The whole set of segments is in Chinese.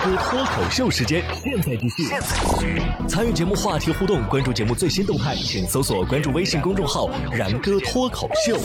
歌脱口秀时间，现在继续。参与节目话题互动，关注节目最新动态，请搜索关注微信公众号然哥脱口秀。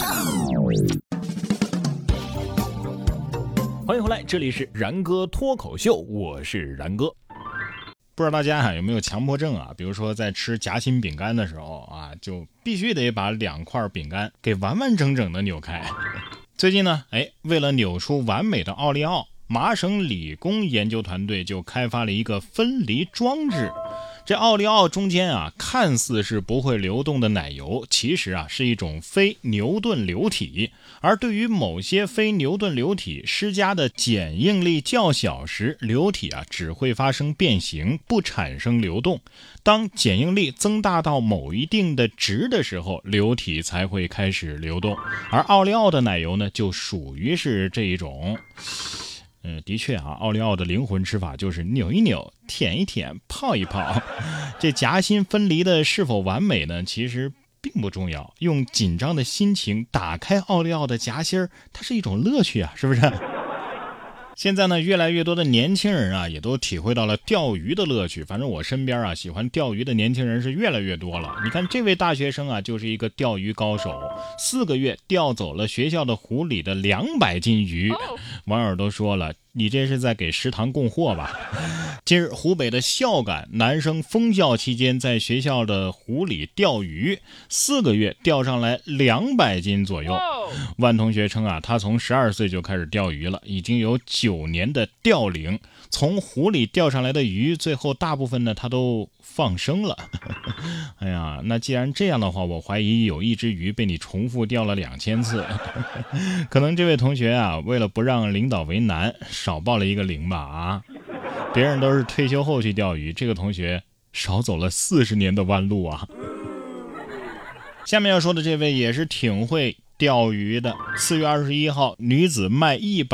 欢迎回来，这里是然哥脱口秀，我是然哥。不知道大家有没有强迫症啊？比如说在吃夹心饼干的时候啊，就必须得把2块饼干给完完整整的扭开。最近呢，为了扭出完美的奥利奥，麻省理工研究团队就开发了一个分离装置。这奥利奥中间啊，看似是不会流动的奶油，其实啊是一种非牛顿流体。而对于某些非牛顿流体施加的剪应力较小时，流体啊只会发生变形，不产生流动。当剪应力增大到某一定的值的时候，流体才会开始流动。而奥利奥的奶油呢，就属于是这一种。的确啊，奥利奥的灵魂吃法就是扭一扭，舔一舔，泡一泡。这夹心分离的是否完美呢？其实并不重要，用紧张的心情打开奥利奥的夹心儿，它是一种乐趣啊，是不是？现在呢，越来越多的年轻人啊，也都体会到了钓鱼的乐趣。反正我身边啊，喜欢钓鱼的年轻人是越来越多了。你看这位大学生啊，就是一个钓鱼高手，4个月钓走了学校的湖里的200斤鱼。网友都说了，你这是在给食堂供货吧？近日，湖北的孝感男生封校期间在学校的湖里钓鱼，4个月钓上来200斤左右。万同学称啊，他从12岁就开始钓鱼了，已经有9年的钓龄。从湖里钓上来的鱼，最后大部分呢他都放生了。哎呀，那既然这样的话，我怀疑有一只鱼被你重复钓了2000次。可能这位同学啊，为了不让领导为难，少报了一个0吧啊。别人都是退休后去钓鱼，这个同学少走了40年的弯路啊。下面要说的这位也是挺会钓鱼的。4月21号，女子卖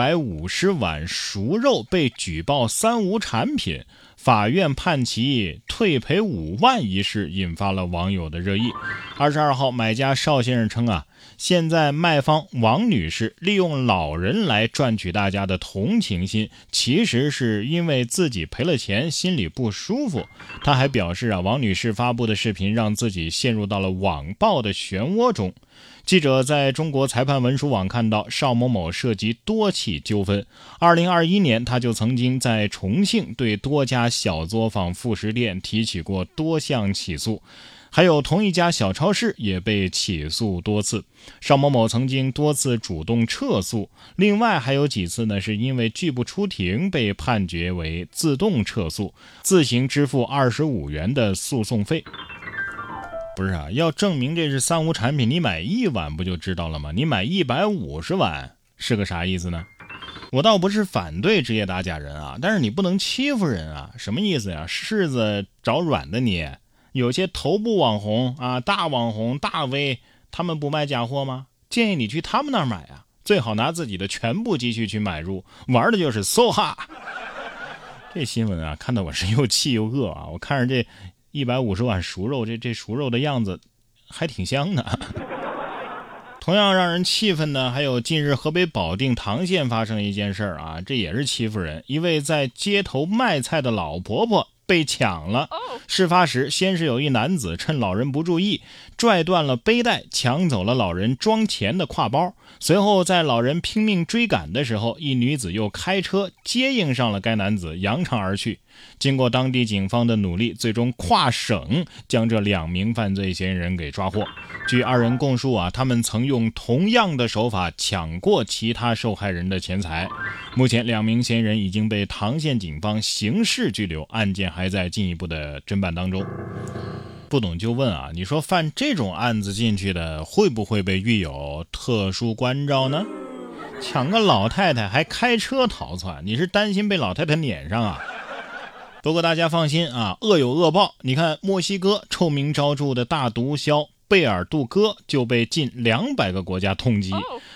150碗熟肉被举报三无产品，法院判其退赔5万一事引发了网友的热议。22号，买家邵先生称啊，现在卖方王女士利用老人来赚取大家的同情心，其实是因为自己赔了钱，心里不舒服。他还表示啊，王女士发布的视频让自己陷入到了网暴的漩涡中。记者在中国裁判文书网看到，邵某某涉及多起纠纷。2021年，他就曾经在重庆对多家小作坊副食店提起过多项起诉，还有同一家小超市也被起诉多次。邵某某曾经多次主动撤诉，另外还有几次呢，是因为拒不出庭被判决为自动撤诉，自行支付25元的诉讼费。不是啊，要证明这是三无产品，你买1碗不就知道了吗？你买150碗是个啥意思呢？我倒不是反对职业打假人啊，但是你不能欺负人啊。什么意思呀？柿子找软的捏。有些头部网红啊，大网红大 V， 他们不卖假货吗？建议你去他们那儿买啊，最好拿自己的全部积蓄去买入，玩的就是梭哈。这新闻啊，看得我是又气又饿啊！我看着这150碗熟肉，这熟肉的样子还挺香的。同样让人气愤的还有近日河北保定唐县发生一件事儿啊，这也是欺负人。一位在街头卖菜的老婆婆被抢了。事发时，先是有一男子趁老人不注意，拽断了背带，抢走了老人装钱的挎包。随后在老人拼命追赶的时候，一女子又开车接应上了该男子，扬长而去。经过当地警方的努力，最终跨省将这2名犯罪嫌疑人给抓获。据2人供述啊，他们曾用同样的手法抢过其他受害人的钱财。目前2名嫌疑人已经被唐县警方刑事拘留，案件还在进一步的侦办当中。不懂就问啊，你说犯这种案子进去的会不会被予有特殊关照呢？抢个老太太还开车逃窜，你是担心被老太太撵上啊？不过大家放心啊，恶有恶报。你看墨西哥臭名昭著的大毒枭贝尔杜哥就被近200个国家通缉。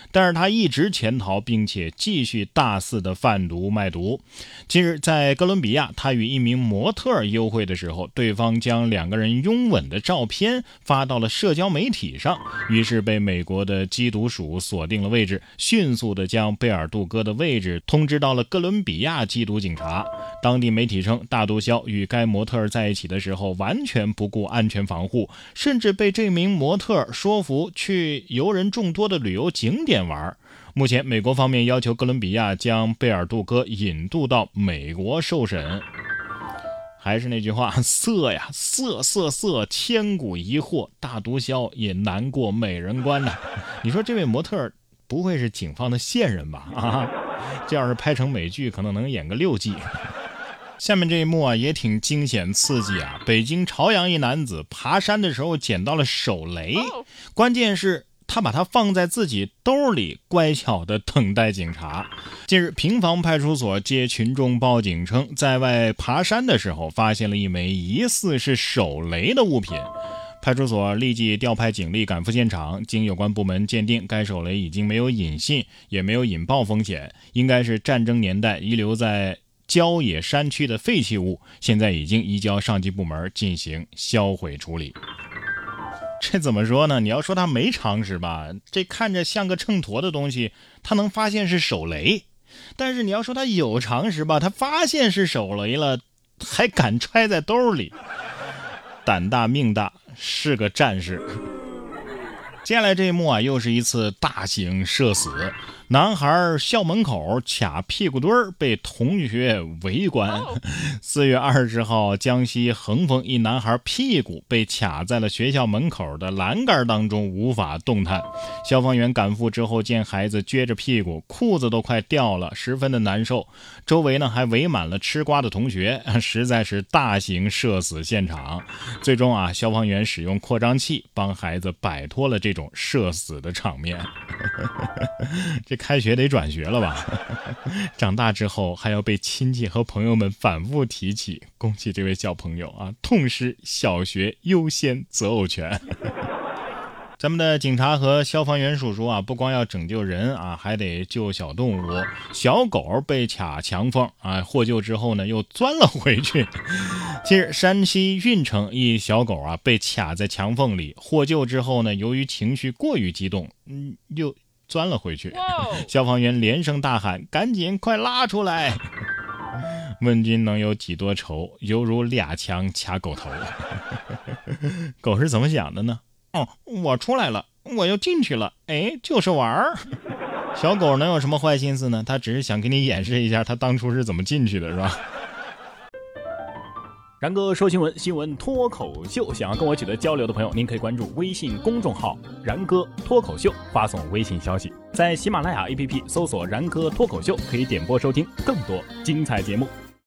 但是他一直潜逃，并且继续大肆的贩毒卖毒。近日在哥伦比亚，他与一名模特幽会的时候，对方将两个人拥吻的照片发到了社交媒体上，于是被美国的缉毒署锁定了位置，迅速的将贝尔杜哥的位置通知到了哥伦比亚缉毒警察。当地媒体称，大毒枭与该模特在一起的时候完全不顾安全防护，甚至被这名模特说服去游人众多的旅游景点玩。目前美国方面要求哥伦比亚将贝尔杜哥引渡到美国受审。还是那句话，色呀，色色色，千古疑惑，大毒枭也难过美人关呐。你说这位模特不会是警方的线人吧？啊，这要是拍成美剧，可能能演个6季。下面这一幕啊，也挺惊险刺激啊！北京朝阳一男子爬山的时候捡到了手雷，关键是他把它放在自己兜里，乖巧的等待警察。近日，平房派出所接群众报警称，在外爬山的时候发现了一枚疑似是手雷的物品。派出所立即调派警力赶赴现场，经有关部门鉴定，该手雷已经没有引信，也没有引爆风险，应该是战争年代遗留在郊野山区的废弃物，现在已经移交上级部门进行销毁处理。这怎么说呢？你要说他没常识吧，这看着像个秤砣的东西，他能发现是手雷；但是你要说他有常识吧，他发现是手雷了，还敢揣在兜里，胆大命大，是个战士。接下来这一幕啊，又是一次大型社死。男孩校门口卡屁股墩儿，被同学围观。4月20号，江西横峰一男孩屁股被卡在了学校门口的栏杆当中，无法动弹。消防员赶赴之后，见孩子撅着屁股，裤子都快掉了，十分的难受。周围呢还围满了吃瓜的同学，实在是大型社死现场。最终啊，消防员使用扩张器帮孩子摆脱了这种社死的场面。这开学得转学了吧？长大之后还要被亲戚和朋友们反复提起，恭喜这位小朋友啊，痛失小学优先择偶权。咱们的警察和消防员叔叔啊，不光要拯救人啊，还得救小动物。小狗被卡墙缝啊，获救之后呢，又钻了回去。近日，山西运城一小狗啊被卡在墙缝里，获救之后呢，由于情绪过于激动，又钻了回去。消防员连声大喊：“赶紧快拉出来！”问君能有几多愁，犹如2枪卡狗头。狗是怎么想的呢？我出来了，我又进去了，就是玩儿。小狗能有什么坏心思呢？它只是想给你演示一下它当初是怎么进去的，是吧？然哥说新闻，新闻脱口秀。想要跟我取得交流的朋友，您可以关注微信公众号然哥脱口秀，发送微信消息。在喜马拉雅 APP 搜索然哥脱口秀，可以点播收听更多精彩节目。